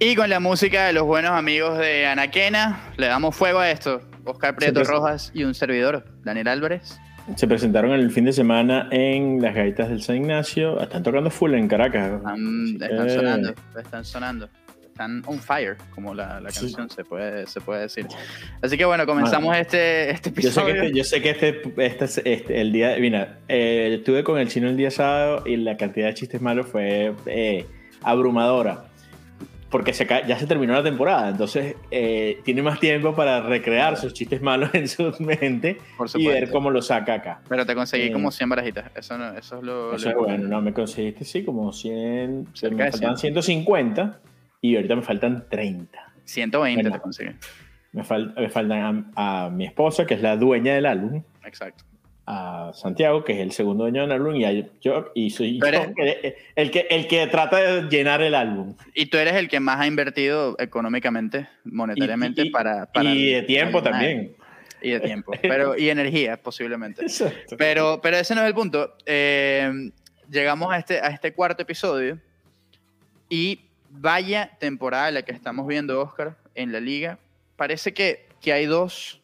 Y con la música de los buenos amigos de Anaquena, le damos fuego a esto. Oscar Prieto Rojas y un servidor, Daniel Álvarez. Se presentaron el fin de semana en las Gaitas del San Ignacio. Están tocando full en Caracas. Están sonando. Están on fire, como la canción se puede decir. Así que bueno, comenzamos este episodio. Yo sé que este el día... Mira, estuve con el chino el día sábado y la cantidad de chistes malos fue abrumadora. Porque ya se terminó la temporada, entonces tiene más tiempo para recrear sus chistes malos en su mente y ver cómo lo saca acá. Pero te conseguí como 100 barajitas, eso es lo... Eso es bueno, no, me conseguiste sí como 100, cerca me faltan 150 y ahorita me faltan 30. 120 bueno, te conseguí. Me faltan a mi esposa, que es la dueña del álbum. Exacto. A Santiago, que es el segundo dueño del álbum, y soy yo el que trata de llenar el álbum. Y tú eres el que más ha invertido económicamente, monetariamente, para y de tiempo también. Y de tiempo, y energía, posiblemente. Exacto. Pero ese no es el punto. Llegamos a este cuarto episodio y vaya temporada la que estamos viendo, Oscar, en la liga. Parece que hay dos...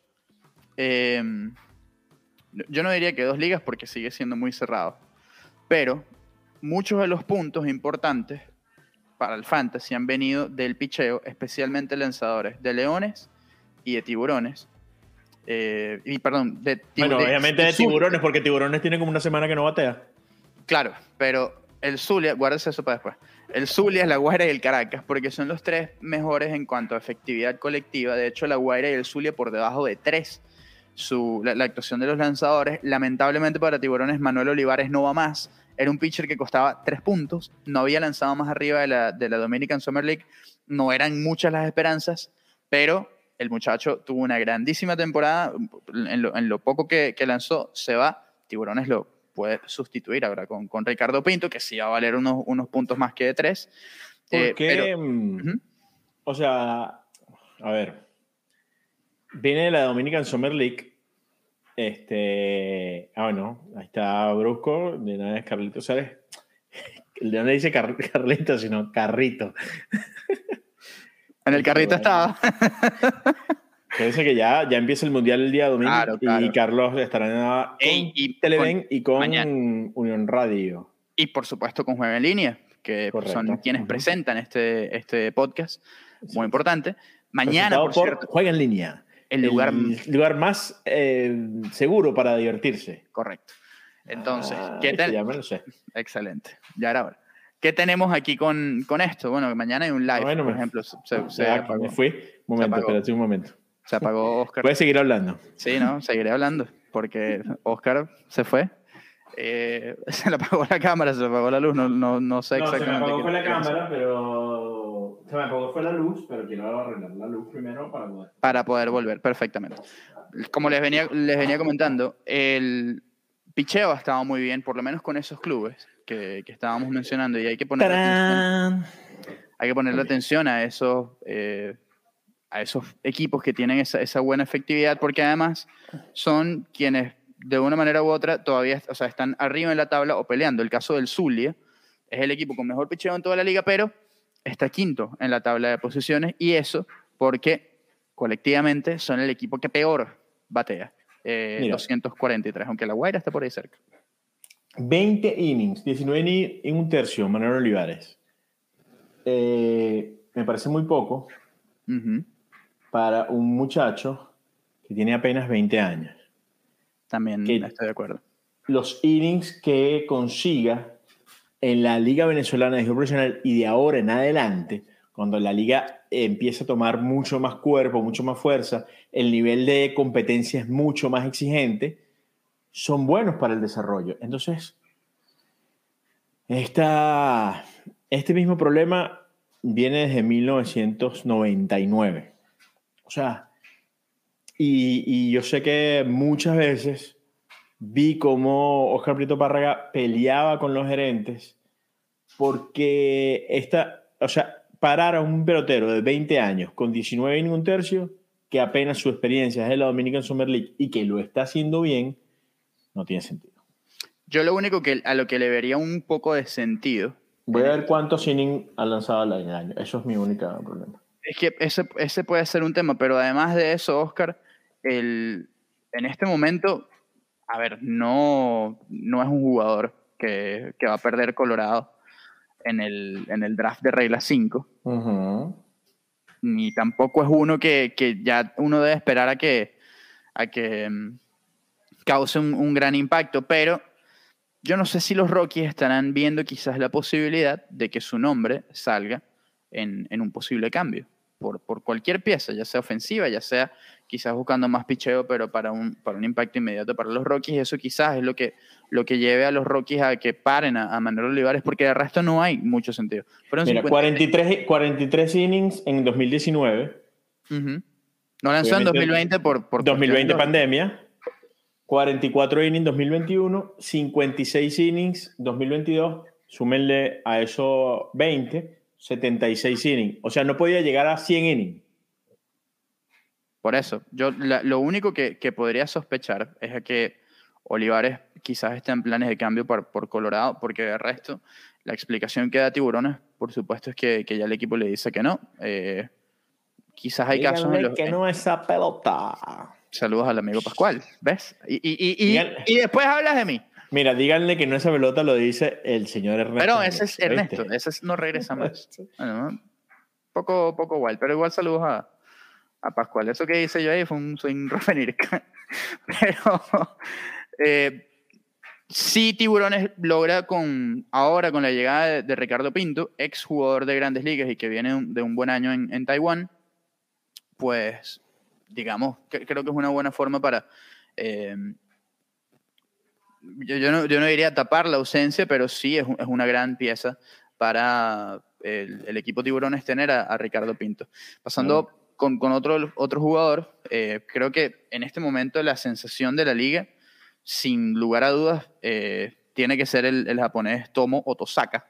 yo no diría que dos ligas porque sigue siendo muy cerrado, pero muchos de los puntos importantes para el fantasy han venido del picheo, especialmente lanzadores de leones y de tiburones. Bueno, obviamente de tiburones, porque tiburones tiene como una semana que no batea. Claro, pero el Zulia, guárdese eso para después. El Zulia, la Guaira y el Caracas, porque son los tres mejores en cuanto a efectividad colectiva. De hecho, la Guaira y el Zulia por debajo de 3. La actuación de los lanzadores, lamentablemente para Tiburones, Manuel Olivares no va más. Era un pitcher que costaba 3 puntos, no había lanzado más arriba de la Dominican Summer League, no eran muchas las esperanzas, pero el muchacho tuvo una grandísima temporada. En lo poco que lanzó se va. Tiburones lo puede sustituir ahora con Ricardo Pinto, que sí va a valer unos puntos más que de 3. Porque, o sea, a ver, viene de la Dominican Summer League. Bueno, ahí está Brusco, de nada es Carlito Sárez. De no dice Carlito, sino Carrito. En el carrito estaba. Parece que ya empieza el Mundial el día domingo. Claro. Y Carlos estará con Televen y con mañana. Unión Radio. Y por supuesto con Juega en Línea, que son quienes presentan este podcast. Muy importante. Mañana, por cierto, Juega en Línea. El lugar más seguro para divertirse. Correcto. Entonces, ¿qué tal? Ya me lo sé. Excelente. Ya era hora. ¿Qué tenemos aquí con esto? Bueno, mañana hay un live, por ejemplo. Se apagó. Me fui. Espérate un momento. Se apagó Oscar. Puedes seguir hablando. Sí, ¿no? Seguiré hablando, porque Oscar se fue. Se le apagó la cámara, se le apagó la luz, no sé exactamente. Se me apagó fue la cámara, pero... Se me apagó fue la luz, pero quiero arreglar la luz primero para poder volver, perfectamente. Como les venía comentando, el picheo ha estado muy bien, por lo menos con esos clubes que estábamos mencionando, y hay que ponerle atención a esos equipos que tienen esa buena efectividad, porque además son quienes de una manera u otra todavía están arriba en la tabla o peleando. El caso del Zulia es el equipo con mejor picheo en toda la liga, pero está quinto en la tabla de posiciones, y eso porque colectivamente son el equipo que peor batea, 243, aunque la Guaira está por ahí cerca. 20 innings, 19 innings en un tercio, Manuel Olivares. Me parece muy poco para un muchacho que tiene apenas 20 años. También estoy de acuerdo. Los innings que consiga en la Liga Venezolana de Béisbol Profesional y de ahora en adelante, cuando la liga empieza a tomar mucho más cuerpo, mucho más fuerza, el nivel de competencia es mucho más exigente, son buenos para el desarrollo. Entonces, este mismo problema viene desde 1999. O sea, y yo sé que muchas veces vi cómo Oscar Prieto Párraga peleaba con los gerentes porque parar a un pelotero de 20 años con 19 y un tercio, que apenas su experiencia es de la Dominican Summer League y que lo está haciendo bien, no tiene sentido. Yo lo único a lo que le vería un poco de sentido Voy a ver cuántos innings ha lanzado en el año. Eso es mi único problema. Es que ese puede ser un tema, pero además de eso, Oscar, en este momento, a ver, no es un jugador que va a perder Colorado en el draft de regla 5, ni tampoco es uno que ya uno debe esperar a que cause un gran impacto, pero yo no sé si los Rockies estarán viendo quizás la posibilidad de que su nombre salga en un posible cambio por cualquier pieza, ya sea ofensiva, ya sea quizás buscando más picheo, pero para un impacto inmediato para los Rockies. Eso quizás es lo que lleve a los Rockies a que paren a Manuel Olivares, porque de resto no hay mucho sentido. Fueron mira, 43 innings en 2019. No lanzó en 2020 por 2020 pandemia. 44 innings 2021, 56 innings 2022, súmenle a eso 20, 76 innings. O sea, no podía llegar a 100 innings. Por eso, yo lo único que podría sospechar es que Olivares quizás esté en planes de cambio por Colorado, porque de resto, la explicación que da Tiburones, por supuesto, es que ya el equipo le dice que no. Quizás hay díganle casos en los que no esa pelota. Saludos al amigo Pascual, ¿ves? Y después hablas de mí. Mira, díganle que no esa pelota lo dice el señor Ernesto. Pero ese es Ernesto, ese no regresa más. Bueno, poco igual, pero igual saludos a Pascual. Eso que hice yo ahí fue un swing referir. Pero sí, Tiburones logra ahora con la llegada de Ricardo Pinto, ex jugador de Grandes Ligas y que viene de un buen año en Taiwán, pues digamos, creo que es una buena forma para... yo no diría tapar la ausencia, pero sí es una gran pieza para el equipo Tiburones tener a Ricardo Pinto. Pasando con otro jugador, creo que en este momento la sensación de la liga, sin lugar a dudas, tiene que ser el japonés Tomo Otosaka.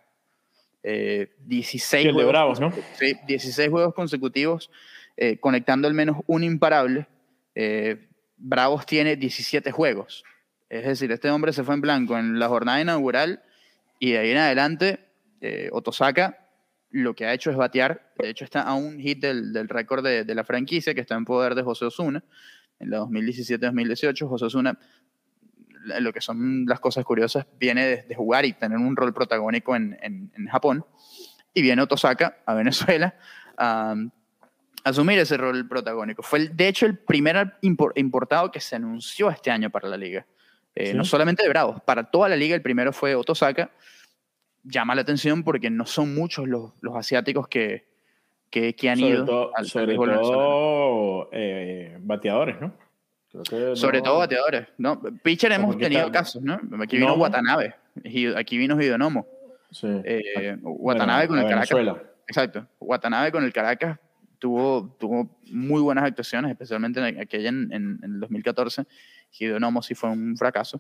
16 el de Bravos, ¿no? Sí, 16 juegos consecutivos, conectando al menos un imparable. Bravos tiene 17 juegos. Es decir, este hombre se fue en blanco en la jornada inaugural y de ahí en adelante Otosaka lo que ha hecho es batear. De hecho está a un hit del récord de la franquicia que está en poder de José Osuna en la 2017-2018. José Osuna, lo que son las cosas curiosas, viene de jugar y tener un rol protagónico en Japón, y viene Otosaka a Venezuela a asumir ese rol protagónico. Fue de hecho el primer importado que se anunció este año para la liga. ¿Sí? No solamente de Bravos, para toda la liga el primero fue Otosaka. Llama la atención porque no son muchos los asiáticos que han ido al béisbol venezolano. Bateadores, ¿no? Sobre todo bateadores, ¿no? Pitcher hemos tenido casos, ¿no? Aquí vino Watanabe, aquí vino Hidonomo. Sí. Watanabe con el Caracas. Venezuela. Exacto. Watanabe con el Caracas tuvo muy buenas actuaciones, especialmente aquella en el 2014. Hidonomo sí fue un fracaso.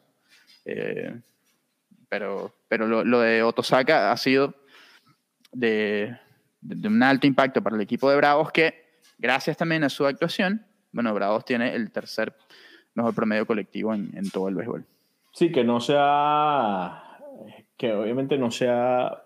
Pero lo de Otosaka ha sido de un alto impacto para el equipo de Bravos, que gracias también a su actuación, bueno, Bravos tiene el tercer mejor promedio colectivo en todo el béisbol. Sí, que obviamente no se ha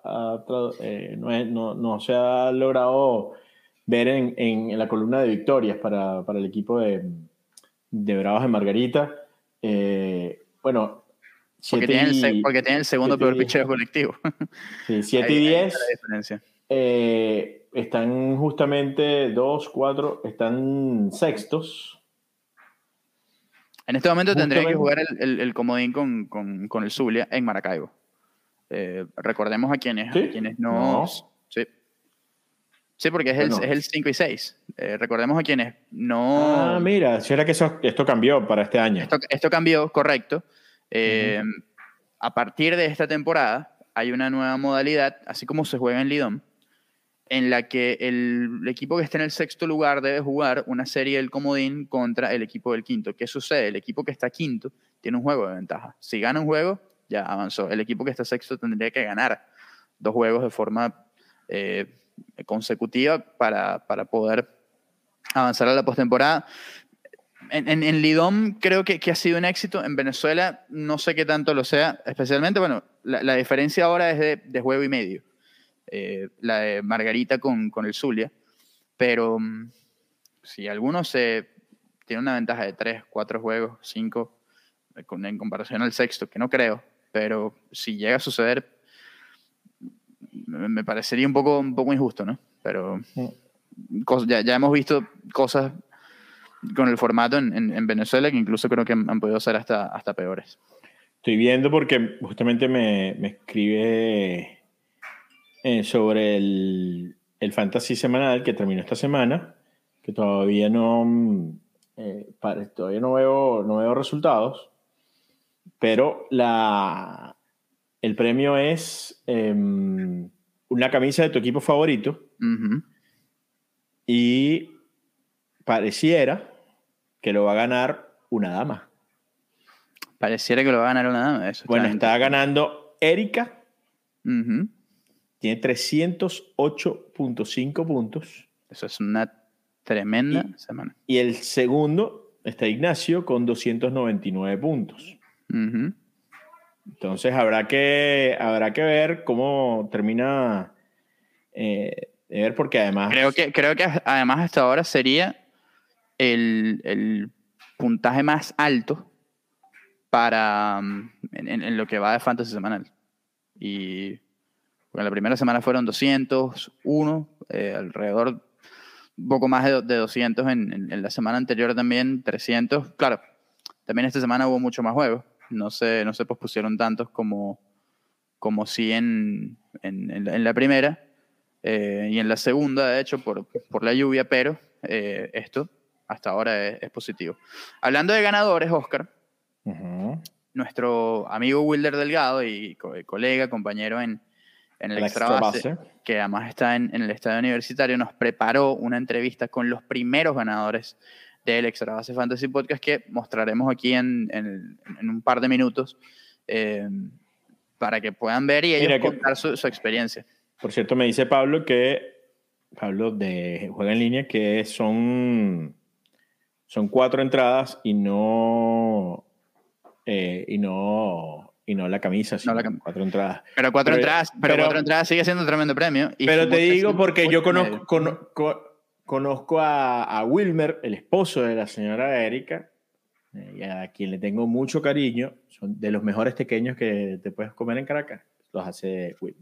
logrado ver en la columna de victorias para el equipo de Bravos de Margarita. Bueno, porque tiene el segundo peor picheo colectivo. Sí, 7 y 10. Están justamente 2, 4, están sextos. En este momento tendría que jugar el comodín con el Zulia en Maracaibo. Recordemos a quienes no. Sí, porque es el 5 y 6. Recordemos a quienes no... Ah, mira, si era que esto cambió para este año. Esto cambió, correcto. A partir de esta temporada hay una nueva modalidad, así como se juega en Lidom, en la que el equipo que está en el sexto lugar debe jugar una serie del comodín contra el equipo del quinto. ¿Qué sucede? El equipo que está quinto tiene un juego de ventaja. Si gana un juego, ya avanzó. El equipo que está sexto tendría que ganar 2 juegos de forma consecutiva para poder avanzar a la postemporada. En Lidom creo que ha sido un éxito. En Venezuela no sé qué tanto lo sea, especialmente, bueno, la diferencia ahora es de juego y medio. la de Margarita con el Zulia, pero si alguno tiene una ventaja de 3, 4 juegos, 5, en comparación al sexto, que no creo, pero si llega a suceder, me parecería un poco injusto, ¿no? Pero ya hemos visto cosas con el formato en Venezuela que incluso creo que han podido ser hasta peores. Estoy viendo porque justamente me escribe sobre el Fantasy semanal que terminó esta semana, que todavía todavía no veo resultados, pero el premio es una camisa de tu equipo favorito. Uh-huh. Y pareciera que lo va a ganar una dama. Pareciera que lo va a ganar una dama. Eso bueno, está ganando Erika. Uh-huh. Tiene 308.5 puntos. Eso es una tremenda semana. Y el segundo está Ignacio con 299 puntos. Uh-huh. Entonces habrá que ver cómo termina ver, porque además creo que además hasta ahora sería el puntaje más alto para en lo que va de Fantasy semanal. Y bueno, la primera semana fueron 201, alrededor un poco más de 200 en la semana anterior también, 300. Claro, también esta semana hubo mucho más juegos. No se pospusieron tantos como sí en la primera. Y en la segunda, de hecho, por la lluvia, pero esto hasta ahora es positivo. Hablando de ganadores, Oscar, uh-huh, nuestro amigo Wilder Delgado y colega, compañero en el Extra Base, que además está en el estadio universitario, nos preparó una entrevista con los primeros ganadores del Extra Base Fantasy Podcast que mostraremos aquí en un par de minutos para que puedan ver y ellos contar su experiencia. Por cierto, me dice Pablo de Juega en Línea que son 4 entradas y no la camisa, sino 4 entradas. Pero 4 entradas sigue siendo un tremendo premio. Pero te digo porque yo conozco a Wilmer, el esposo de la señora Erika, y a quien le tengo mucho cariño. Son de los mejores tequeños que te puedes comer en Caracas. Los hace Wilmer.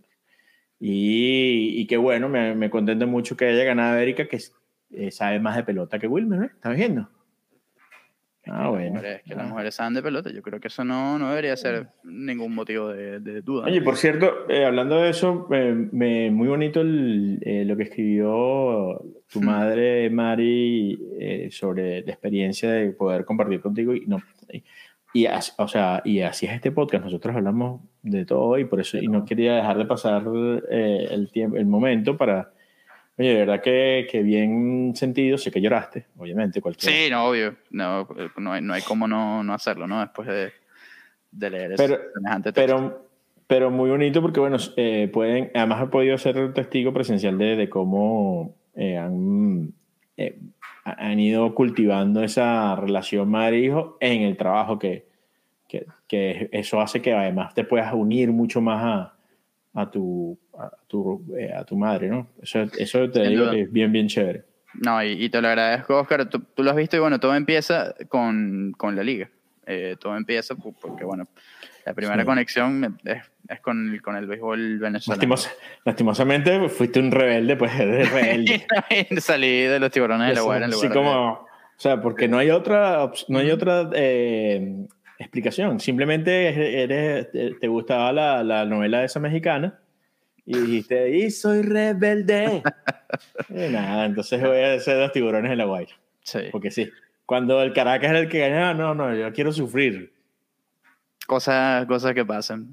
Y qué bueno, me contenta mucho que haya ganado Erika, que sabe más de pelota que Wilmer, ¿eh? ¿Estás viendo? Bueno. Es que las mujeres saben de pelota. Yo creo que eso no debería ser ningún motivo de duda. Oye, por cierto, hablando de eso, muy bonito lo que escribió tu madre, Mari, sobre la experiencia de poder compartir contigo. Y así es este podcast. Nosotros hablamos de todo y por eso y no quería dejar de pasar el momento para... Oye, de verdad que bien sentido. Sé que lloraste, obviamente. Sí, no, obvio. No hay cómo no hacerlo, ¿no? Después de leer semejante texto. Pero muy bonito porque, bueno, además he podido ser testigo presencial de cómo han ido cultivando esa relación madre-hijo en el trabajo que eso hace que además te puedas unir mucho más a tu madre, ¿no? Eso te digo que es bien, bien chévere. No, y te lo agradezco, Oscar. Tú lo has visto y bueno, todo empieza con la liga. Todo empieza porque, bueno, la primera conexión es con el béisbol venezolano. Lastimosamente fuiste un rebelde, pues eres rebelde. Salí de los Tiburones de La Guaira en lugar o sea, porque no hay otra explicación. Simplemente te gustaba la novela esa mexicana y dijiste, y soy rebelde. Nada, entonces voy a ser los Tiburones de La Guaira. Sí. Porque sí, cuando el Caracas era el que ganaba, no, yo quiero sufrir. Cosas que pasan.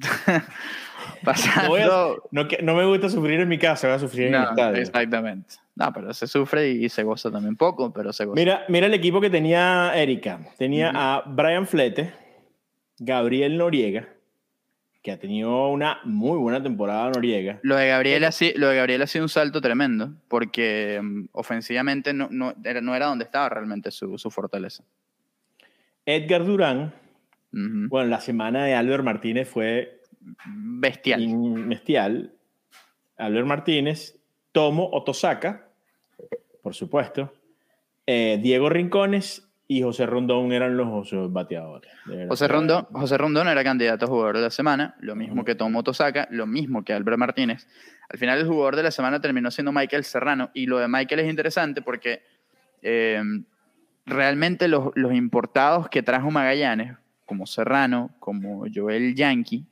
No me gusta sufrir en mi casa, voy a sufrir en el estadio. Exactamente. No, pero se sufre y se goza también poco, pero se goza. Mira el equipo que tenía Erika. Tenía a Brian Flete, Gabriel Noriega, que ha tenido una muy buena temporada Noriega. Lo de Gabriel ha sido un salto tremendo, porque ofensivamente no era donde estaba realmente su fortaleza. Edgar Durán. Bueno, la semana de Albert Martínez fue bestial. Bestial. Albert Martínez, Tomo Otosaka, por supuesto, Diego Rincones y José Rondón eran los bateadores. José Rondón era candidato a jugador de la semana, lo mismo que Tomo Otosaka, lo mismo que Albert Martínez. Al final el jugador de la semana terminó siendo Michael Serrano, y lo de Michael es interesante porque realmente los importados que trajo Magallanes, como Serrano, como Joel Yankee,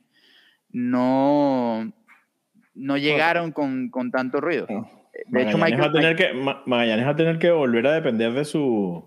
no llegaron con tanto ruido. De hecho, Magallanes va a tener que volver a depender de sus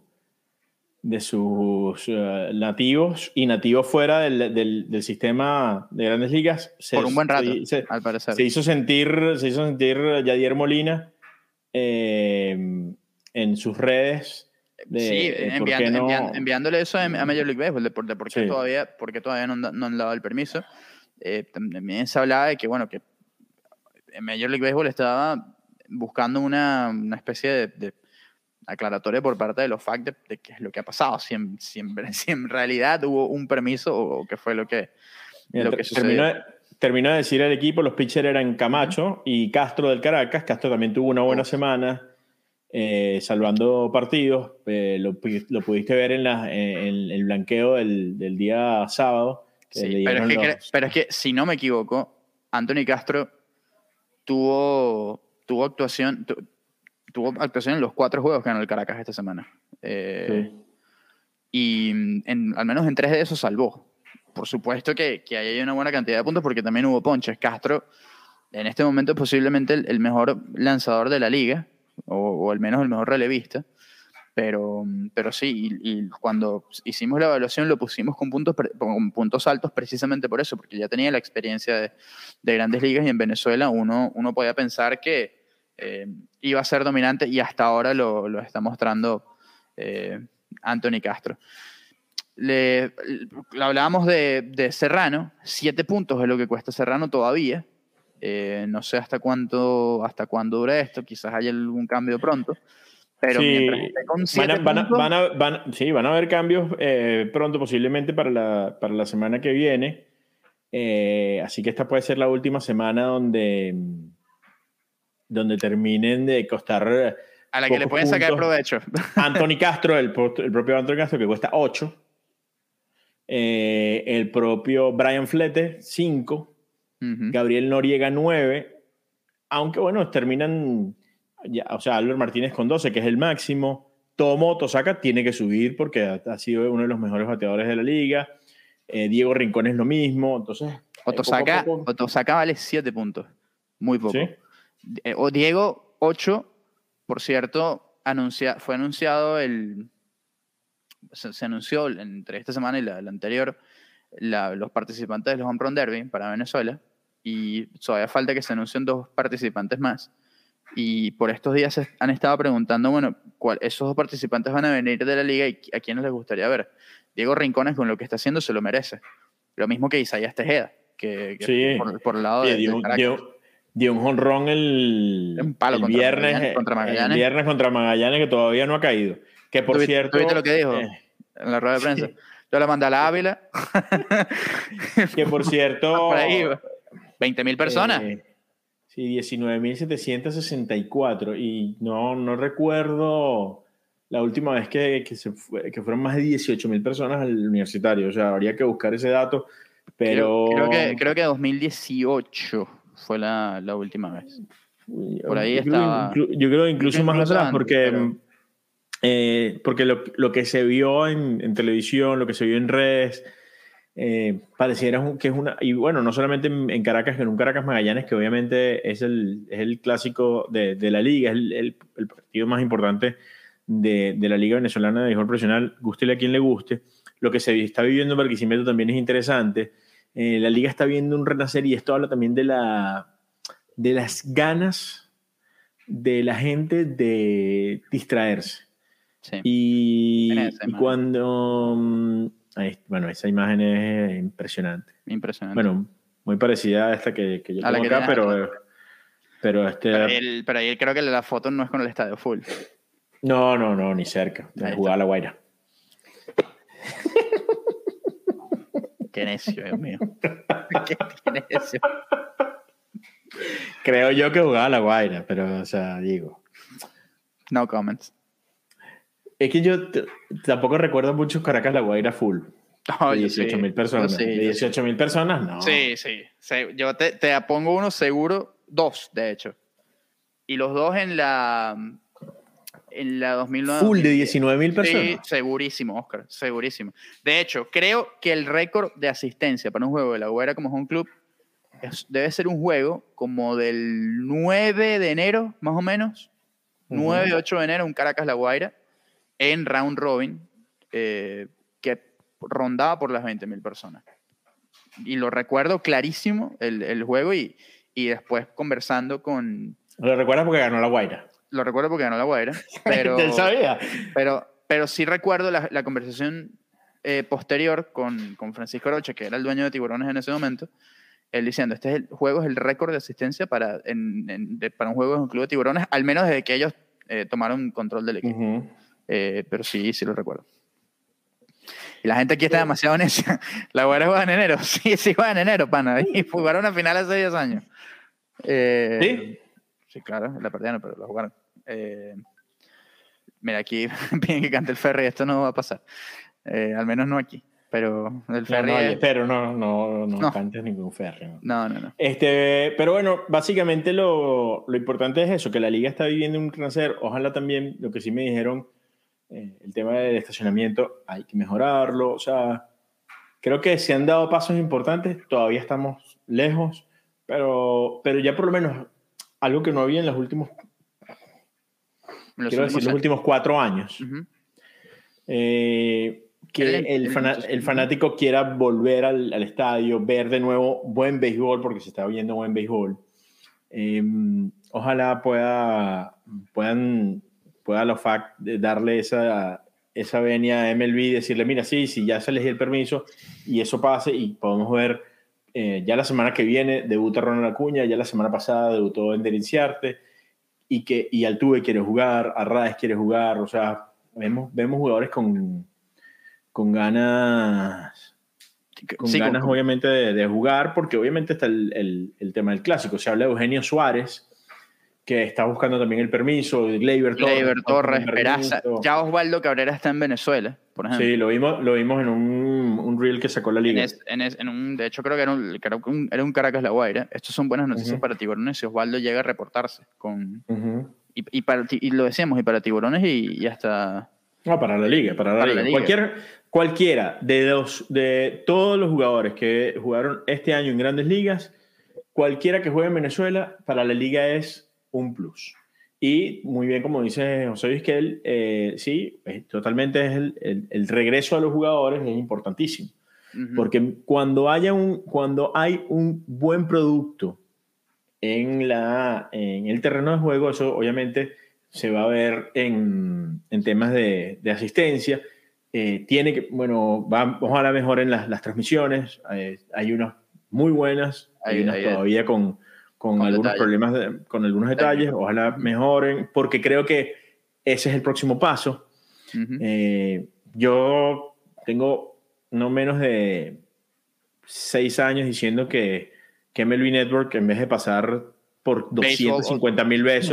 nativos y nativos fuera del sistema de Grandes Ligas. Por un buen rato, al parecer. Se hizo sentir Yadier Molina en sus redes. Enviándole eso a Major League Baseball, de por qué todavía no han dado el permiso. También se hablaba de que, bueno, que Major League Baseball estaba buscando una especie de aclaratoria por parte de los FAC de qué es lo que ha pasado, si en realidad hubo un permiso o qué fue lo que sucedió. Terminó de decir el equipo, los pitchers eran Camacho y Castro del Caracas. Castro también tuvo una buena semana, salvando partidos. Lo pudiste ver en el blanqueo del día sábado. Sí, pero es que, si no me equivoco, Anthony Castro tuvo actuación en los 4 juegos que ganó el Caracas esta semana. Sí. Y al menos en 3 de esos salvó. Por supuesto que ahí hay una buena cantidad de puntos porque también hubo ponches. Castro, en este momento, es posiblemente el mejor lanzador de la liga, o al menos el mejor relevista. Pero sí, y cuando hicimos la evaluación lo pusimos con puntos altos precisamente por eso, porque ya tenía la experiencia de Grandes Ligas, y en Venezuela uno podía pensar que iba a ser dominante, y hasta ahora lo está mostrando Anthony Castro. Hablábamos de Serrano. 7 puntos es lo que cuesta Serrano todavía. No sé hasta cuándo dura esto, quizás haya algún cambio pronto. Pero sí, mientras esté con 7 puntos... van a haber cambios pronto, posiblemente para la semana que viene. Así que esta puede ser la última semana donde terminen de costar... A la que le pueden sacar provecho. Anthony Castro, el propio Anthony Castro, que cuesta 8. El propio Brian Flete, 5. Uh-huh. Gabriel Noriega, 9. Aunque, bueno, terminan... o sea, Albert Martínez con 12, que es el máximo. Tomo Otosaka tiene que subir porque ha sido uno de los mejores bateadores de la liga. Diego Rincón es lo mismo. Entonces, Otosaka vale 7 puntos. Muy poco. ¿Sí? Diego, 8. Por cierto, fue anunciado se anunció entre esta semana y la anterior los participantes de los Home Run Derby para Venezuela, y todavía falta que se anuncien 2 participantes más. Y por estos días han estado preguntando, bueno, esos 2 participantes van a venir de la liga y a quiénes les gustaría ver. Diego Rincones, con lo que está haciendo, se lo merece. Lo mismo que Isaías Tejeda, que sí. por el lado de Caracas. Dio un jonrón el viernes contra Magallanes, que todavía no ha caído. Que por cierto... ¿Tú viste lo que dijo en la rueda de prensa? Yo le mandé a la Ávila. Que por cierto... Por ahí, 20,000 personas. Sí, 19,764. Y no recuerdo la última vez que fueron más de 18,000 personas al Universitario. O sea, habría que buscar ese dato. Pero... Creo que 2018 fue la última vez. Por ahí estaba... Yo creo incluso más atrás, porque lo que se vio en televisión, lo que se vio en redes, pareciera que es una... Y bueno, no solamente en Caracas, sino en Caracas Magallanes, que obviamente es el clásico de la liga, es el partido más importante de la liga venezolana de béisbol profesional, gústele a quien le guste. Lo que se está viviendo en Barquisimeto también es interesante. La liga está viendo un renacer, y esto habla también de las ganas de la gente de distraerse. Sí. Y cuando... bueno, esa imagen es impresionante. Bueno, muy parecida a esta que yo tengo acá, pero ahí creo que la foto no es con el estadio full. No, ni cerca. Jugaba La Guaira. Qué necio, Dios mío. Qué necio. Creo yo que jugaba La Guaira, pero, o sea, digo. No comments. Es que yo tampoco recuerdo muchos Caracas La Guaira full. Oh, De yo 18.000 sí, personas. yo sí, De yo sí. 18.000 personas, no. Sí, sí. Yo te pongo uno seguro, dos, de hecho. Y los dos en la 2009. Full de 2010. 19.000 Sí, personas. segurísimo, Oscar, segurísimo. De hecho, creo que el récord de asistencia para un juego de La Guaira como home club debe ser un juego como del 9 de enero, más o menos. 9, 8 de enero, un Caracas La Guaira, en round robin, que rondaba por las 20.000 personas. Y lo recuerdo clarísimo el juego y después conversando con... Lo recuerdas porque ganó La Guaira. Lo recuerdo porque ganó La Guaira, ¿Te sabía? pero sí recuerdo la conversación posterior con Francisco Rocha, que era el dueño de Tiburones en ese momento, él diciendo, juego es el récord de asistencia para un juego de un club de Tiburones, al menos desde que ellos tomaron control del equipo. Pero sí lo recuerdo. Y la gente aquí está demasiado necia. La Guaira juega en enero. Sí juega en enero, pana. Y jugaron una final hace 10 años. ¿Sí? Sí, claro, la perdieron, pero la jugaron. Mira, aquí piden que cante el Ferry. Esto no va a pasar. Al menos no aquí. Pero el Ferry No, espero, no cantes ningún Ferry. No. Pero bueno, básicamente lo importante es eso, que la liga está viviendo un renacer. Ojalá también, lo que sí me dijeron, el tema del estacionamiento, hay que mejorarlo. O sea, creo que se han dado pasos importantes, todavía estamos lejos, pero ya por lo menos algo que no había en los últimos, los últimos 4 años. Uh-huh. Que el fanático quiera volver al estadio, ver de nuevo buen béisbol, porque se está viendo buen béisbol. Ojalá pueda la FAC darle esa venia a MLB y decirle, mira, sí, ya se les dio el permiso y eso pase y podemos ver, ya la semana que viene debuta Ronald Acuña, ya la semana pasada debutó Ender Inciarte y Altuve quiere jugar, Arraez quiere jugar, o sea, vemos jugadores con ganas, obviamente de jugar, porque obviamente está el tema del clásico. Se habla de Eugenio Suárez, que está buscando también el permiso, de Gleyber Torres, Peraza. Ya Osvaldo Cabrera está en Venezuela, por ejemplo. Sí, lo vimos en un reel que sacó la liga. De hecho, creo que era un Caracas La Guaira. Estas son buenas noticias para Tiburones si Osvaldo llega a reportarse. Y lo decíamos, y para Tiburones y hasta... No, para la liga. Cualquiera de todos los jugadores que jugaron este año en Grandes Ligas, cualquiera que juegue en Venezuela, para la liga es un plus. Y muy bien, como dice José Vizquel, sí, totalmente es el regreso a los jugadores es importantísimo. Uh-huh. Porque cuando hay un buen producto en el terreno de juego, eso obviamente se va a ver en temas de asistencia. Ojalá mejoren las transmisiones. Hay unas muy buenas, hay unas todavía con algunos problemas, con algunos detalles. Ojalá mejoren, porque creo que ese es el próximo paso. Uh-huh. Yo tengo no menos de 6 años diciendo que MLB Network, en vez de pasar por 250.000 veces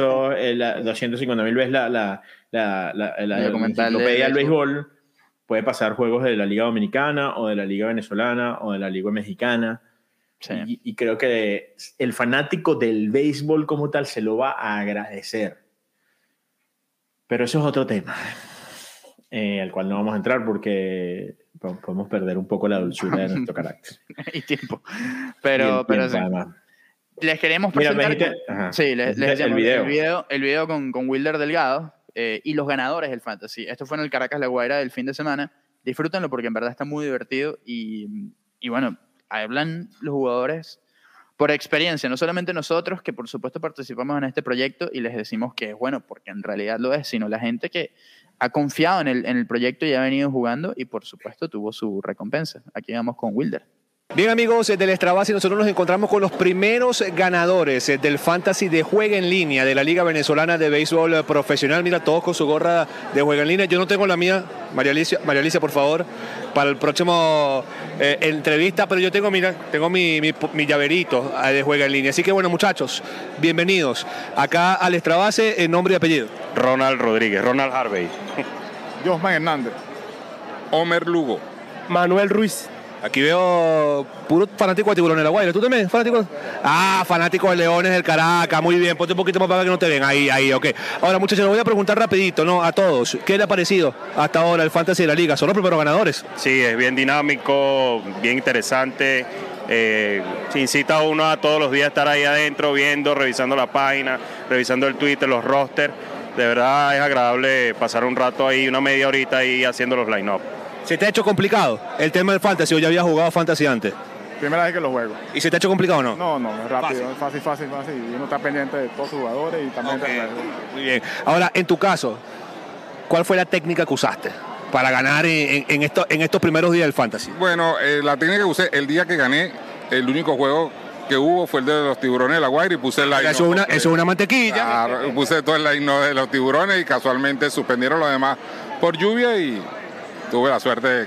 la enciclopedia del béisbol, puede pasar juegos de la Liga Dominicana o de la Liga Venezolana o de la Liga Mexicana. Sí. Y creo que el fanático del béisbol como tal se lo va a agradecer. Pero eso es otro tema, al cual no vamos a entrar porque podemos perder un poco la dulzura de nuestro carácter. Y tiempo. Pero sí. Les queremos presentar les decíamos, el video con Wilder Delgado y los ganadores del Fantasy. Esto fue en el Caracas La Guaira del fin de semana. Disfrútenlo porque en verdad está muy divertido y bueno, hablan los jugadores por experiencia, no solamente nosotros que por supuesto participamos en este proyecto y les decimos que es bueno porque en realidad lo es, sino la gente que ha confiado en el proyecto y ha venido jugando y por supuesto tuvo su recompensa. Aquí vamos con Wilder. Bien, amigos del Extra Base, nosotros nos encontramos con los primeros ganadores del Fantasy de Juega en Línea de la Liga Venezolana de Béisbol Profesional. Mira, todos con su gorra de Juega en Línea. Yo no tengo la mía, María Alicia, por favor, para el próximo entrevista, pero yo tengo, mira, tengo mi llaverito de Juega en Línea. Así que bueno, muchachos, bienvenidos acá al Extra Base, en nombre y apellido. Ronald Rodríguez, Ronald Harvey. Josman Hernández. Homer Lugo. Manuel Ruiz. Aquí veo puro fanático de Tiburones de la Guaira. ¿Tú también? ¿Fanático? Ah, fanático de Leones del Caracas. Muy bien. Ponte un poquito más para que no te ven. Ahí, ok. Ahora, muchachos, les voy a preguntar rapidito, ¿no? A todos. ¿Qué les ha parecido hasta ahora el Fantasy de la Liga? Son los primeros ganadores. Sí, es bien dinámico, bien interesante. Incita a uno a todos los días estar ahí adentro, viendo, revisando la página, revisando el Twitter, los rosters. De verdad es agradable pasar un rato ahí, una media horita ahí haciendo los line-up. ¿Se te ha hecho complicado el tema del Fantasy o ya habías jugado Fantasy antes? Primera vez que lo juego. ¿Y se te ha hecho complicado o no? No, es rápido, fácil. Y uno está pendiente de todos los jugadores y también Okay. Muy bien. Ahora, en tu caso, ¿cuál fue la técnica que usaste para ganar en estos primeros días del Fantasy? Bueno, la técnica que usé el día que gané, el único juego que hubo fue el de los Tiburones de la Guaira y puse el line. Eso es una mantequilla. Claro, puse todo el line de los Tiburones y casualmente suspendieron los demás por lluvia y tuve la suerte de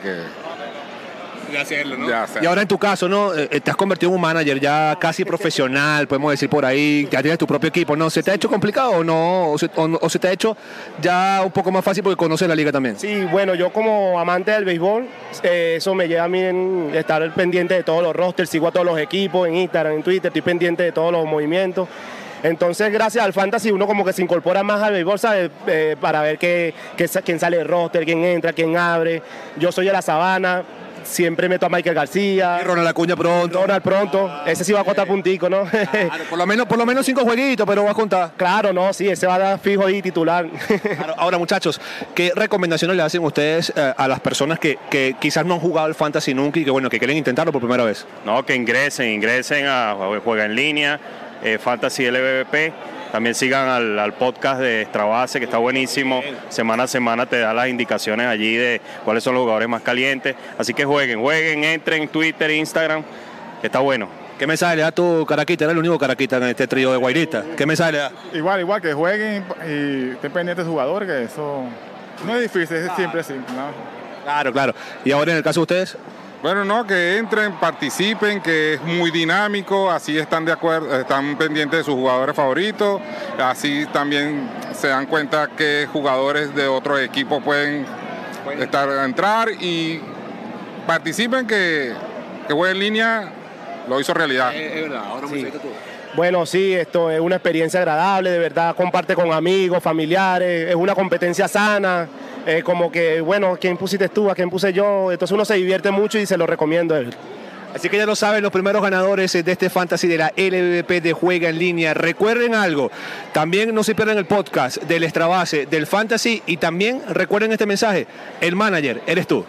hacerlo, ¿no? de hacerlo. Y ahora en tu caso, ¿no? Te has convertido en un manager ya casi profesional, podemos decir por ahí, ya tienes tu propio equipo, ¿no? ¿Se te ha hecho complicado o no? ¿O se te ha hecho ya un poco más fácil porque conoces la liga también? Sí, bueno, yo como amante del béisbol, eso me lleva a mí en estar pendiente de todos los rosters, sigo a todos los equipos en Instagram, en Twitter, estoy pendiente de todos los movimientos. Entonces, gracias al Fantasy, uno como que se incorpora más al béisbol, ¿sabes? Para ver quién sale del roster, quién entra, quién abre. Yo soy de la Sabana, siempre meto a Michael García. Y Ronald Acuña pronto. Ronald pronto. Ese sí va a contar puntico, ¿no? Claro, por lo menos 5 jueguitos, pero va a contar. Claro, no, sí, ese va a dar fijo ahí titular. Claro, ahora, muchachos, ¿qué recomendaciones le hacen ustedes a las personas que quizás no han jugado el Fantasy nunca y que quieren intentarlo por primera vez? No, que ingresen a Juega en Línea, Fantasy LBP. También sigan al podcast de Extra Base, que está buenísimo. Semana a semana te da las indicaciones allí de cuáles son los jugadores más calientes. Así que jueguen, entren en Twitter, Instagram, que está bueno. ¿Qué mensaje le da tu Caraquita? Era el único Caraquita en este trío de guairistas. ¿Qué mensaje le da? Igual, que jueguen y estén pendientes de jugadores, que eso no es difícil, es siempre así, ¿no? Claro. ¿Y ahora en el caso de ustedes? Bueno, no, que entren, participen, que es muy dinámico, así están de acuerdo, están pendientes de sus jugadores favoritos, así también se dan cuenta que jugadores de otros equipos pueden entrar y participen, que Juega en Línea lo hizo realidad. Es verdad, ahora sí. Bueno, sí, esto es una experiencia agradable, de verdad, comparte con amigos, familiares, es una competencia sana. Como que, bueno, ¿quién pusiste tú? ¿A quién puse yo? Entonces uno se divierte mucho y se lo recomiendo. Así que ya lo saben, los primeros ganadores de este Fantasy de la LVP de Juega en Línea. Recuerden algo, también no se pierdan el podcast del Extra Base, del Fantasy, y también recuerden este mensaje, el manager eres tú.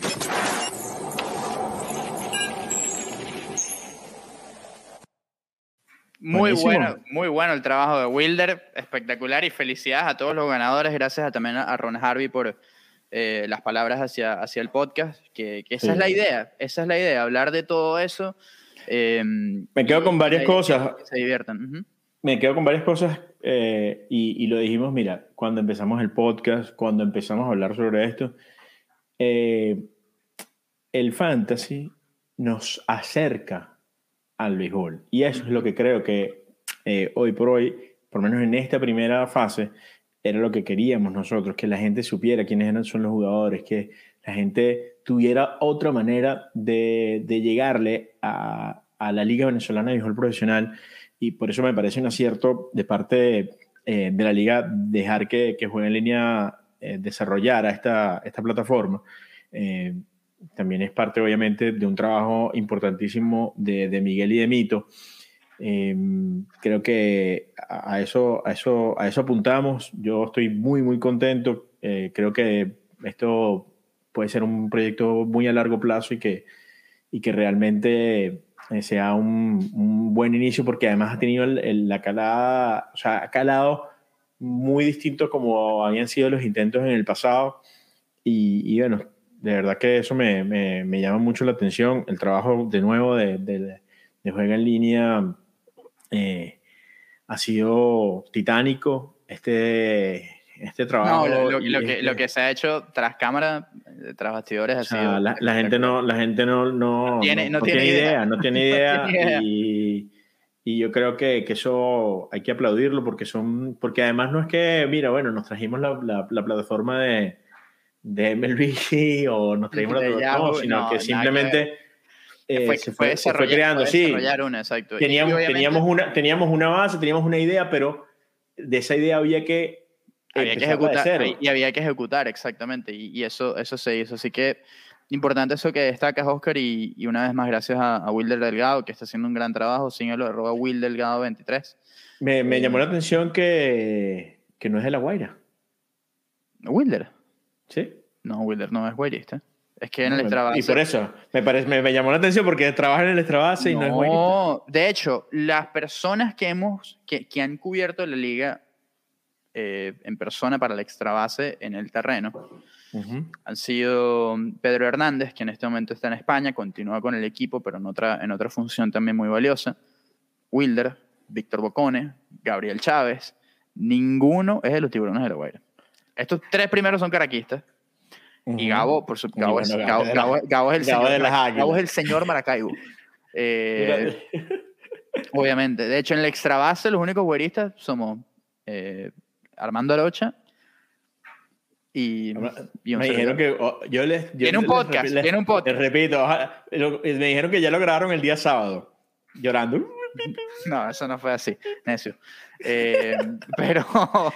Muy Buenísimo. muy bueno el trabajo de Wilder, espectacular, y felicidades a todos los ganadores, gracias también a Ron Harvey por las palabras hacia el podcast, que esa es la idea, hablar de todo eso. Me quedo con varias cosas. Que se diviertan. Uh-huh. Me quedo con varias cosas y lo dijimos, mira, cuando empezamos el podcast, cuando empezamos a hablar sobre esto, el fantasy nos acerca al béisbol. Y eso es lo que creo que hoy por hoy, por lo menos en esta primera fase, era lo que queríamos nosotros, que la gente supiera quiénes son los jugadores, que la gente tuviera otra manera de llegarle a la Liga Venezolana de Béisbol Profesional. Y por eso me parece un acierto de parte de la Liga dejar que Juega en Línea desarrollara esta plataforma. También es parte, obviamente, de un trabajo importantísimo de Miguel y de Mito. Creo que a eso apuntamos. Yo estoy muy, muy contento. Creo que esto puede ser un proyecto muy a largo plazo y que realmente sea un buen inicio, porque además ha tenido la calada, o sea, ha calado muy distinto como habían sido los intentos en el pasado. Y bueno, De verdad que eso me llama mucho la atención. El trabajo de nuevo de Juega en Línea ha sido titánico. Este trabajo. No, lo que se ha hecho tras cámara, tras bastidores, ha sido. La gente no tiene idea. No tiene idea. Y yo creo que eso hay que aplaudirlo porque además no es que, mira, bueno, nos trajimos la plataforma de MLB o nos trajimos la plataforma, no, sino que simplemente se fue creando. Exacto. Teníamos una base, teníamos una idea, pero de esa idea había que ejecutar, exactamente, y eso se hizo. Así que importante eso que destacas, Oscar, y una vez más gracias a Wilder Delgado, que está haciendo un gran trabajo. Síguelo, @WilDelgado23. Me llamó la atención que no es de La Guaira. ¿Wilder? Sí. No, Wilder no es guairista. Es que en el Extrabase... Y por eso, me llamó la atención porque trabaja en el Extrabase y no es guairista. No, de hecho, las personas que han cubierto la liga en persona para el Extrabase en el terreno han sido Pedro Hernández, que en este momento está en España, continúa con el equipo, pero en otra función también muy valiosa. Wilder, Víctor Bocone, Gabriel Chávez. Ninguno es de los Tiburones de La Guaira. Estos tres primeros son caraquistas. Y Gabo, por supuesto, Gabo es el señor Maracaibo. Obviamente. De hecho, en el Extrabase los únicos güeristas somos Armando Arocha y me dijeron que tiene un podcast. Les repito, me dijeron que ya lo grabaron el día sábado, llorando. No, eso no fue así, necio. Pero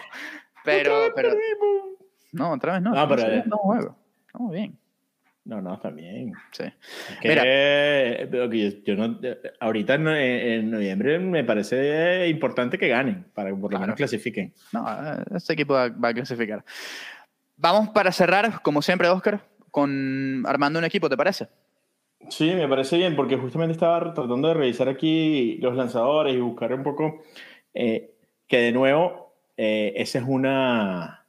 no, otra vez no. Estamos bien. No, está bien. Sí. Yo no, ahorita en noviembre me parece importante que ganen, para que por lo menos clasifiquen. No, este equipo va a clasificar. Vamos para cerrar, como siempre, Oscar, con armando un equipo, ¿te parece? Sí, me parece bien, porque justamente estaba tratando de revisar aquí los lanzadores y buscar un poco que de nuevo esa es una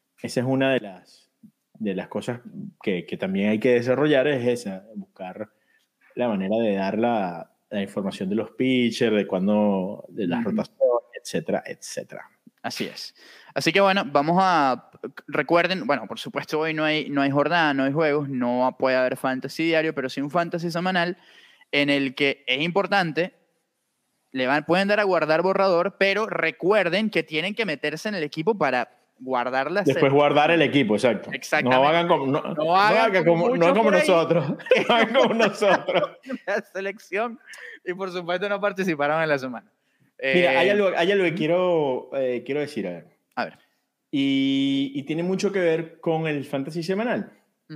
de las cosas que también hay que desarrollar, es esa, buscar la manera de dar la información de los pitchers, de las rotaciones, etcétera, etcétera. Así es. Así que bueno, recuerden, bueno, por supuesto hoy no hay jornada, no hay juegos, no puede haber fantasy diario, pero sí un fantasy semanal en el que es importante, pueden dar a guardar borrador, pero recuerden que tienen que meterse en el equipo para guardarlas. Después guardar el equipo, exacto. Exactamente. No hagan como nosotros. No hagan como nosotros. La selección y por supuesto no participaron en la semana. Mira, hay algo que quiero decir. A ver. Y tiene mucho que ver con el fantasy semanal.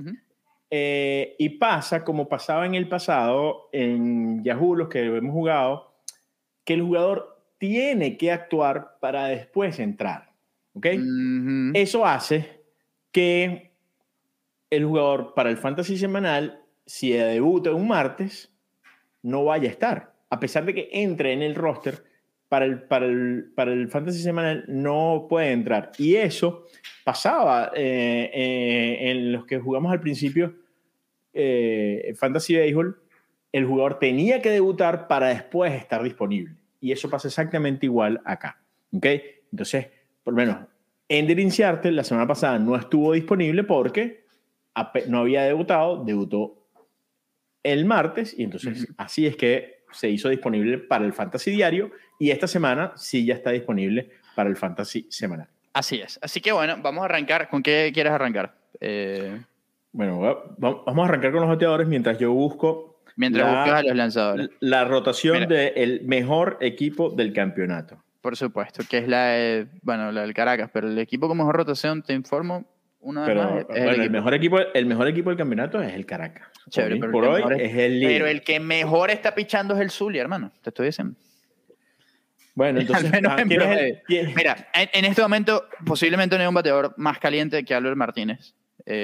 Y pasa como pasaba en el pasado en Yahoo, los que hemos jugado, que el jugador tiene que actuar para después entrar. ¿Ok? Eso hace que el jugador para el fantasy semanal, si debuta un martes, no vaya a estar. A pesar de que entre en el roster, para el fantasy semanal no puede entrar. Y eso pasaba en los que jugamos al principio, Fantasy Baseball, el jugador tenía que debutar para después estar disponible. Y eso pasa exactamente igual acá. ¿Ok? Entonces, por lo menos, Ender Inciarte la semana pasada no estuvo disponible porque no había debutó el martes y entonces así es que se hizo disponible para el Fantasy Diario y esta semana sí ya está disponible para el Fantasy Semanal. Así es. Así que bueno, vamos a arrancar. ¿Con qué quieres arrancar? Bueno, vamos a arrancar con los bateadores mientras yo busco... Mientras buscas a los lanzadores. La rotación del mejor equipo del campeonato. Por supuesto, que es la del Caracas, pero el equipo con mejor rotación, te informo, una vez más, el mejor equipo del campeonato es el Caracas. Chévere, por hoy es el líder. Pero el que mejor está pichando es el Zulia, hermano, te estoy diciendo. Bueno, entonces... Mira, en este momento posiblemente no hay un bateador más caliente que Albert Martínez.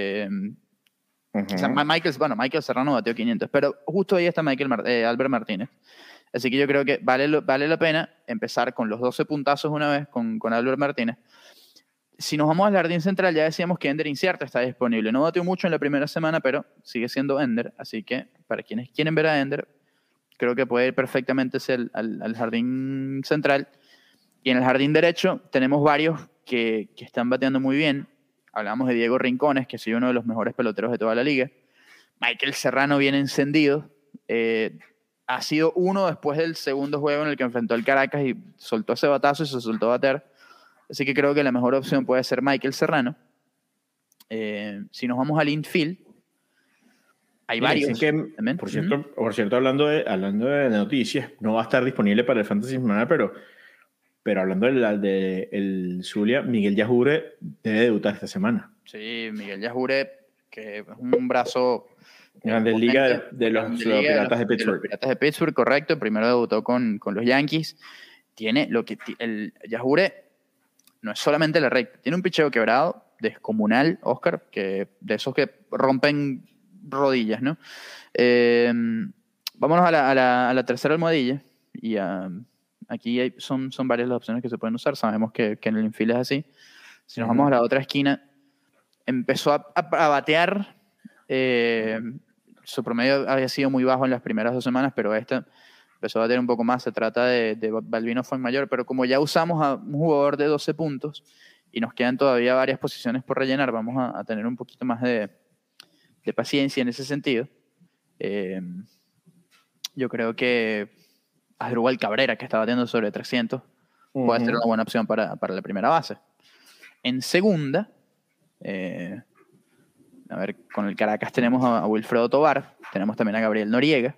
O sea, Michael Serrano bateó 500, pero justo ahí está Albert Martínez. Así que yo creo que vale la pena empezar con los 12 puntazos una vez con Albert Martínez. Si nos vamos al jardín central, ya decíamos que Ender Incierto está disponible. No bateó mucho en la primera semana, pero sigue siendo Ender. Así que para quienes quieren ver a Ender, creo que puede ir perfectamente al jardín central. Y en el jardín derecho tenemos varios que están bateando muy bien. Hablamos de Diego Rincones, que ha sido uno de los mejores peloteros de toda la liga. Michael Serrano viene encendido. Ha sido uno después del segundo juego en el que enfrentó al Caracas y soltó ese batazo y se soltó a bater. Así que creo que la mejor opción puede ser Michael Serrano. Si nos vamos al infield, hay varios. Por cierto, hablando de noticias, no va a estar disponible para el Fantasy Semana, pero hablando del Zulia, Miguel Yajure debe debutar esta semana. Sí, Miguel Yajure, que es un brazo... Grande Liga de los Piratas de Pittsburgh. Los Piratas de Pittsburgh, correcto. Primero debutó con los Yankees. Tiene lo que... El Yajure no es solamente la recta. Tiene un picheo quebrado, descomunal, Oscar, que de esos que rompen rodillas, ¿no? Vámonos a la tercera almohadilla. Y aquí son varias las opciones que se pueden usar. Sabemos que en el infield es así. Si nos vamos a la otra esquina, empezó a batear. Su promedio había sido muy bajo en las primeras 2 semanas, pero esta empezó a bater un poco más. Se trata de Balbino Fuenmayor, pero como ya usamos a un jugador de 12 puntos y nos quedan todavía varias posiciones por rellenar, vamos a tener un poquito más de paciencia en ese sentido. Yo creo que Asdrúbal Cabrera, que está batiendo sobre 300, puede ser una buena opción para la primera base. En segunda, a ver, con el Caracas tenemos a Wilfredo Tovar, tenemos también a Gabriel Noriega.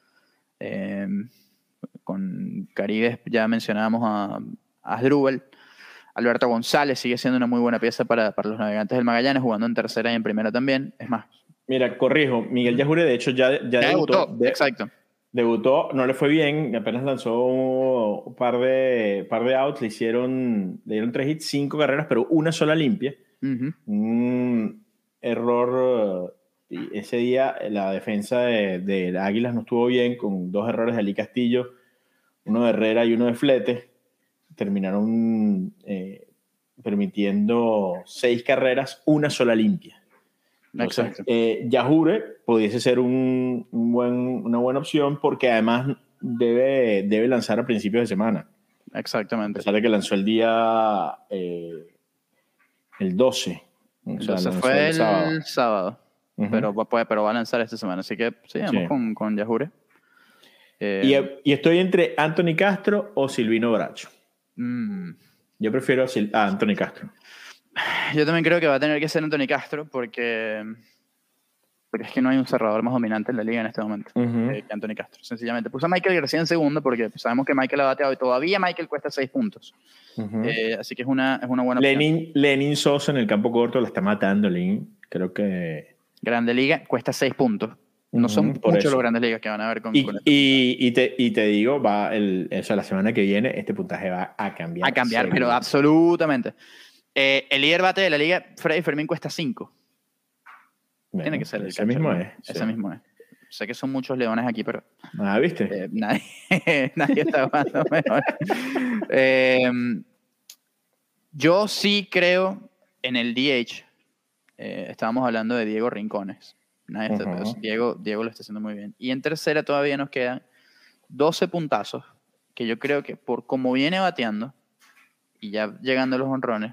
Con Caribes ya mencionábamos a Asdrúbal. Alberto González sigue siendo una muy buena pieza para los Navegantes del Magallanes, jugando en tercera y en primera también. Es más. Mira, corrijo, Miguel Yajure de hecho ya debutó. Exacto. Debutó, no le fue bien, apenas lanzó un par de outs, le dieron 3 hits, 5 carreras, pero una sola limpia. Un error, ese día la defensa de Águilas no estuvo bien, con 2 errores de Ali Castillo, uno de Herrera y uno de Flete. Terminaron permitiendo 6 carreras, una sola limpia. Entonces, Yajure pudiese ser una buena opción, porque además debe lanzar a principios de semana. Exactamente. A pesar de que lanzó el día el 12. El 12 fue el sábado. Pero va a lanzar esta semana. Así que sigamos con Yajure. Y estoy entre Anthony Castro o Silvino Bracho. Yo prefiero a Anthony Castro. Yo también creo que va a tener que ser Anthony Castro, porque es que no hay un cerrador más dominante en la liga en este momento que Anthony Castro. Sencillamente puse a Michael García en segundo, porque sabemos que Michael ha bateado y todavía Michael cuesta 6 puntos. Así que es una buena opción. Lenin Sosa en el campo corto la está matando. Lenin, creo que... Grande Liga cuesta 6 puntos. No son muchos los Grandes Ligas que van a ver con y te digo, la semana que viene este puntaje va a cambiar. A cambiar, pero absolutamente. El líder bate de la liga, Freddy Fermín, cuesta 5. Bueno, tiene que ser ese mismo es. Ese mismo es. Sé que son muchos leones aquí, pero... ¿Viste? Nadie está jugando mejor. Yo sí creo en el DH. Estábamos hablando de Diego Rincones. Diego lo está haciendo muy bien. Y en tercera todavía nos quedan 12 puntazos, que yo creo que por cómo viene bateando y ya llegando a los honrones,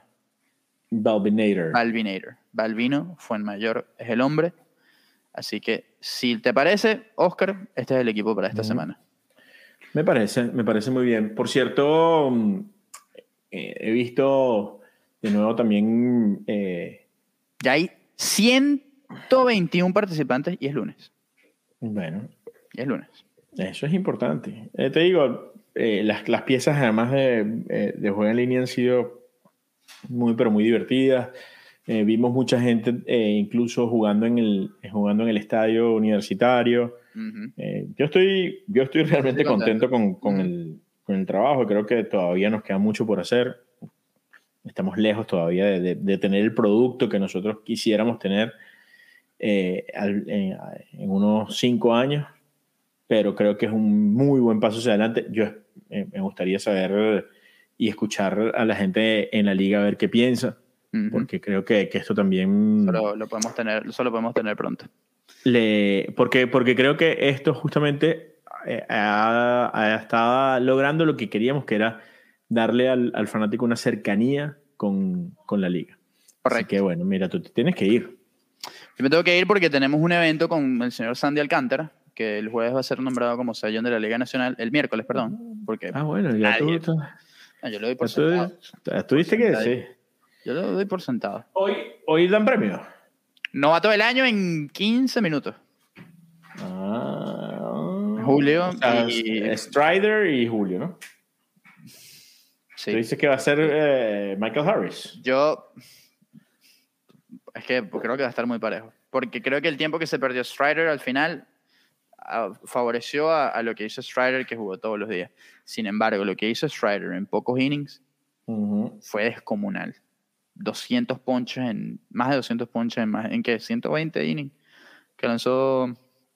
Balbino Fuenmayor es el hombre. Así que, si te parece, Oscar, este es el equipo para esta semana. Me parece muy bien. Por cierto, he visto de nuevo también... ya hay 121 participantes y es lunes. Bueno. Y es lunes. Eso es importante. Te digo, las piezas además de juego en línea han sido pero muy divertidas. Vimos mucha gente incluso jugando en el estadio universitario. Yo estoy realmente contento con el trabajo. Creo que todavía nos queda mucho por hacer. Estamos lejos todavía de tener el producto que nosotros quisiéramos tener en unos 5 años, pero creo que es un muy buen paso hacia adelante. Yo me gustaría saber y escuchar a la gente en la liga, a ver qué piensa. porque creo que esto también... Solo lo podemos tener pronto. Porque creo que esto justamente estaba logrando lo que queríamos, que era darle al fanático una cercanía con la liga. Correcto. Así que bueno, mira, tú te tienes que ir. Yo me tengo que ir porque tenemos un evento con el señor Sandy Alcántara, que el jueves va a ser nombrado como sayón de la Liga Nacional, el miércoles, perdón. Porque Bueno, ya tú... yo lo doy por sentado. Tú viste que sí. Yo lo doy por sentado. Hoy dan premio. Novato del año en 15 minutos. Julio. O sea, Strider y Julio, ¿no? Sí. Tú dices que va a ser Michael Harris. Es que creo que va a estar muy parejo. Porque creo que el tiempo que se perdió Strider al final favoreció a lo que hizo Strider, que jugó todos los días. Sin embargo, lo que hizo Strider en pocos innings fue descomunal. 200 ponches más de 200 ponches en ¿qué? 120 innings que lanzó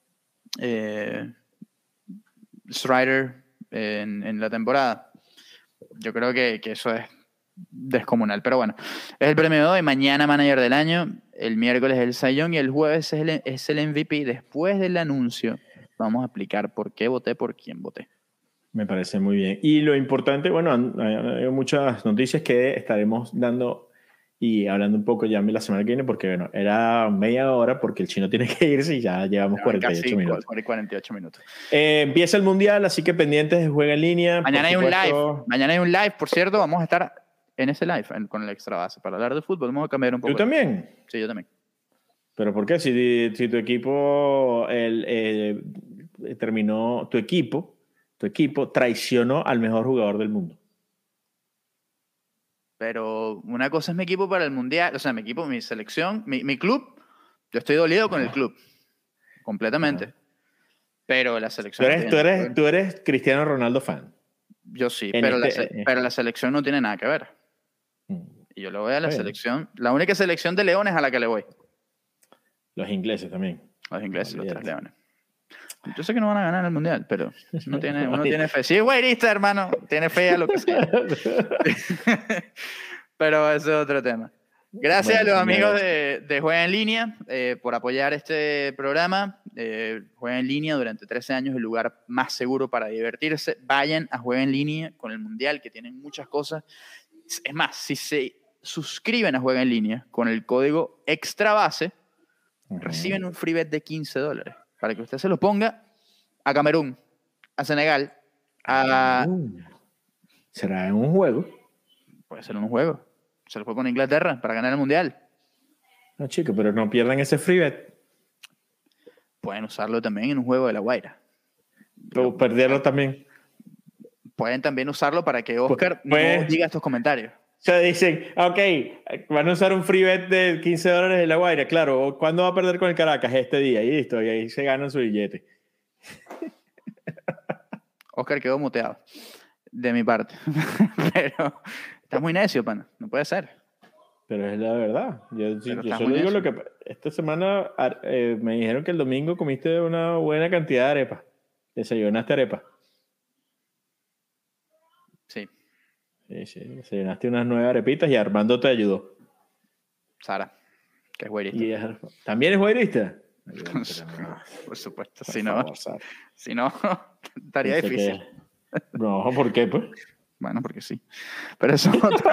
Strider en la temporada. Yo creo que eso es descomunal, pero bueno, es el premio de hoy. Mañana manager del año, el miércoles el Cy Young y el jueves es el MVP. Después del anuncio vamos a explicar por qué voté, por quién voté. Me parece muy bien. Y lo importante, bueno, hay muchas noticias que estaremos dando y hablando un poco ya la semana que viene, porque bueno, era media hora porque el chino tiene que irse y ya llevamos 48 minutos. 48 minutos. Empieza el Mundial, así que pendientes de Juega en Línea. Mañana hay un live. Mañana hay un live, por cierto, vamos a estar en ese live con el Extra Base para hablar de fútbol. Vamos a cambiar un poco. ¿Tú también? Sí, yo también. ¿Pero por qué? Si tu equipo terminó, tu equipo traicionó al mejor jugador del mundo. Pero una cosa es mi equipo para el Mundial, o sea, mi equipo, mi selección, mi club. Yo estoy dolido con el club, completamente. Pero la selección... Tú eres Cristiano Ronaldo fan. Yo sí, pero la selección no tiene nada que ver. Y yo le voy a la selección, la única selección de leones a la que le voy. Los ingleses también. Los ingleses, los 3 leones. Yo sé que no van a ganar el Mundial, pero uno tiene fe. Sí, güeyista, hermano. Tiene fe a lo que sea. Pero ese es otro tema. Gracias a los amigos de Juega en Línea por apoyar este programa. Juega en Línea durante 13 años, el lugar más seguro para divertirse. Vayan a Juega en Línea con el Mundial, que tienen muchas cosas. Es más, si se suscriben a Juega en Línea con el código EXTRABASE, reciben un free bet de $15 para que usted se lo ponga a Camerún, a Senegal, ¿Será en un juego? Puede ser en un juego. Se lo fue con Inglaterra para ganar el Mundial. No, chicos, pero no pierdan ese free bet. Pueden usarlo también en un juego de La Guaira. O perderlo también. Pueden también usarlo para que Oscar no diga estos comentarios. O sea, dicen, ok, van a usar un free bet de $15 de La Guaira. Claro, ¿cuándo va a perder con el Caracas? Este día. Y listo, y ahí se ganan su billete. Oscar quedó muteado, de mi parte. Pero estás muy necio, pana. No puede ser. Pero es la verdad. Yo solo digo lo que... Esta semana me dijeron que el domingo comiste una buena cantidad de arepas. Desayunaste arepas. Sí. Sí, desayunaste unas 9 arepitas y Armando te ayudó. Sara, que es güerista. ¿También es güerista? Por supuesto. Si no, estaría difícil. No, ¿por qué, pues? Bueno, porque sí. Pero eso es otro...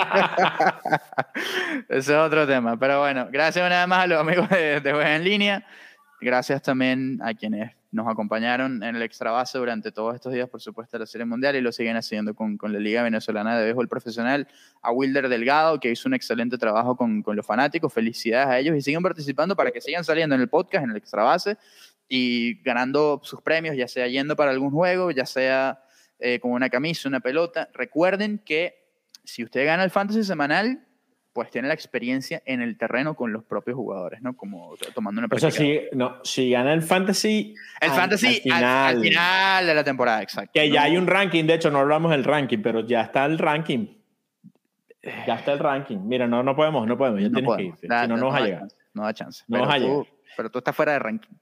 Eso es otro tema. Pero bueno, gracias una vez más a los amigos de Juega en Línea. Gracias también a quienes nos acompañaron en el Extra Base durante todos estos días, por supuesto, de la Serie Mundial, y lo siguen haciendo con la Liga Venezolana de Béisbol Profesional. A Wilder Delgado, que hizo un excelente trabajo con los fanáticos. Felicidades a ellos y sigan participando para que sigan saliendo en el podcast, en el Extra Base, y ganando sus premios, ya sea yendo para algún juego, ya sea con una camisa, una pelota. Recuerden que si usted gana el Fantasy semanal, pues tiene la experiencia en el terreno con los propios jugadores, ¿no? Como tomando una práctica. O sea, si gana el Fantasy... Al final de la temporada, exacto. Que ya hay un ranking, de hecho, no hablamos del ranking, pero ya está el ranking. Ya está el ranking. Mira, no podemos, ya tienes que irte. Si no, no vas a llegar. No da chance. No vas a llegar. Pero tú estás fuera de ranking.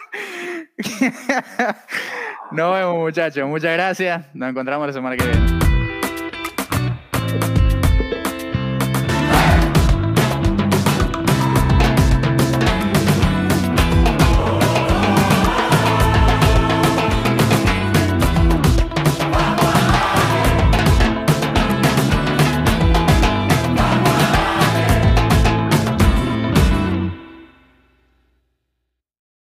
Nos vemos, muchachos. Muchas gracias. Nos encontramos la semana que viene.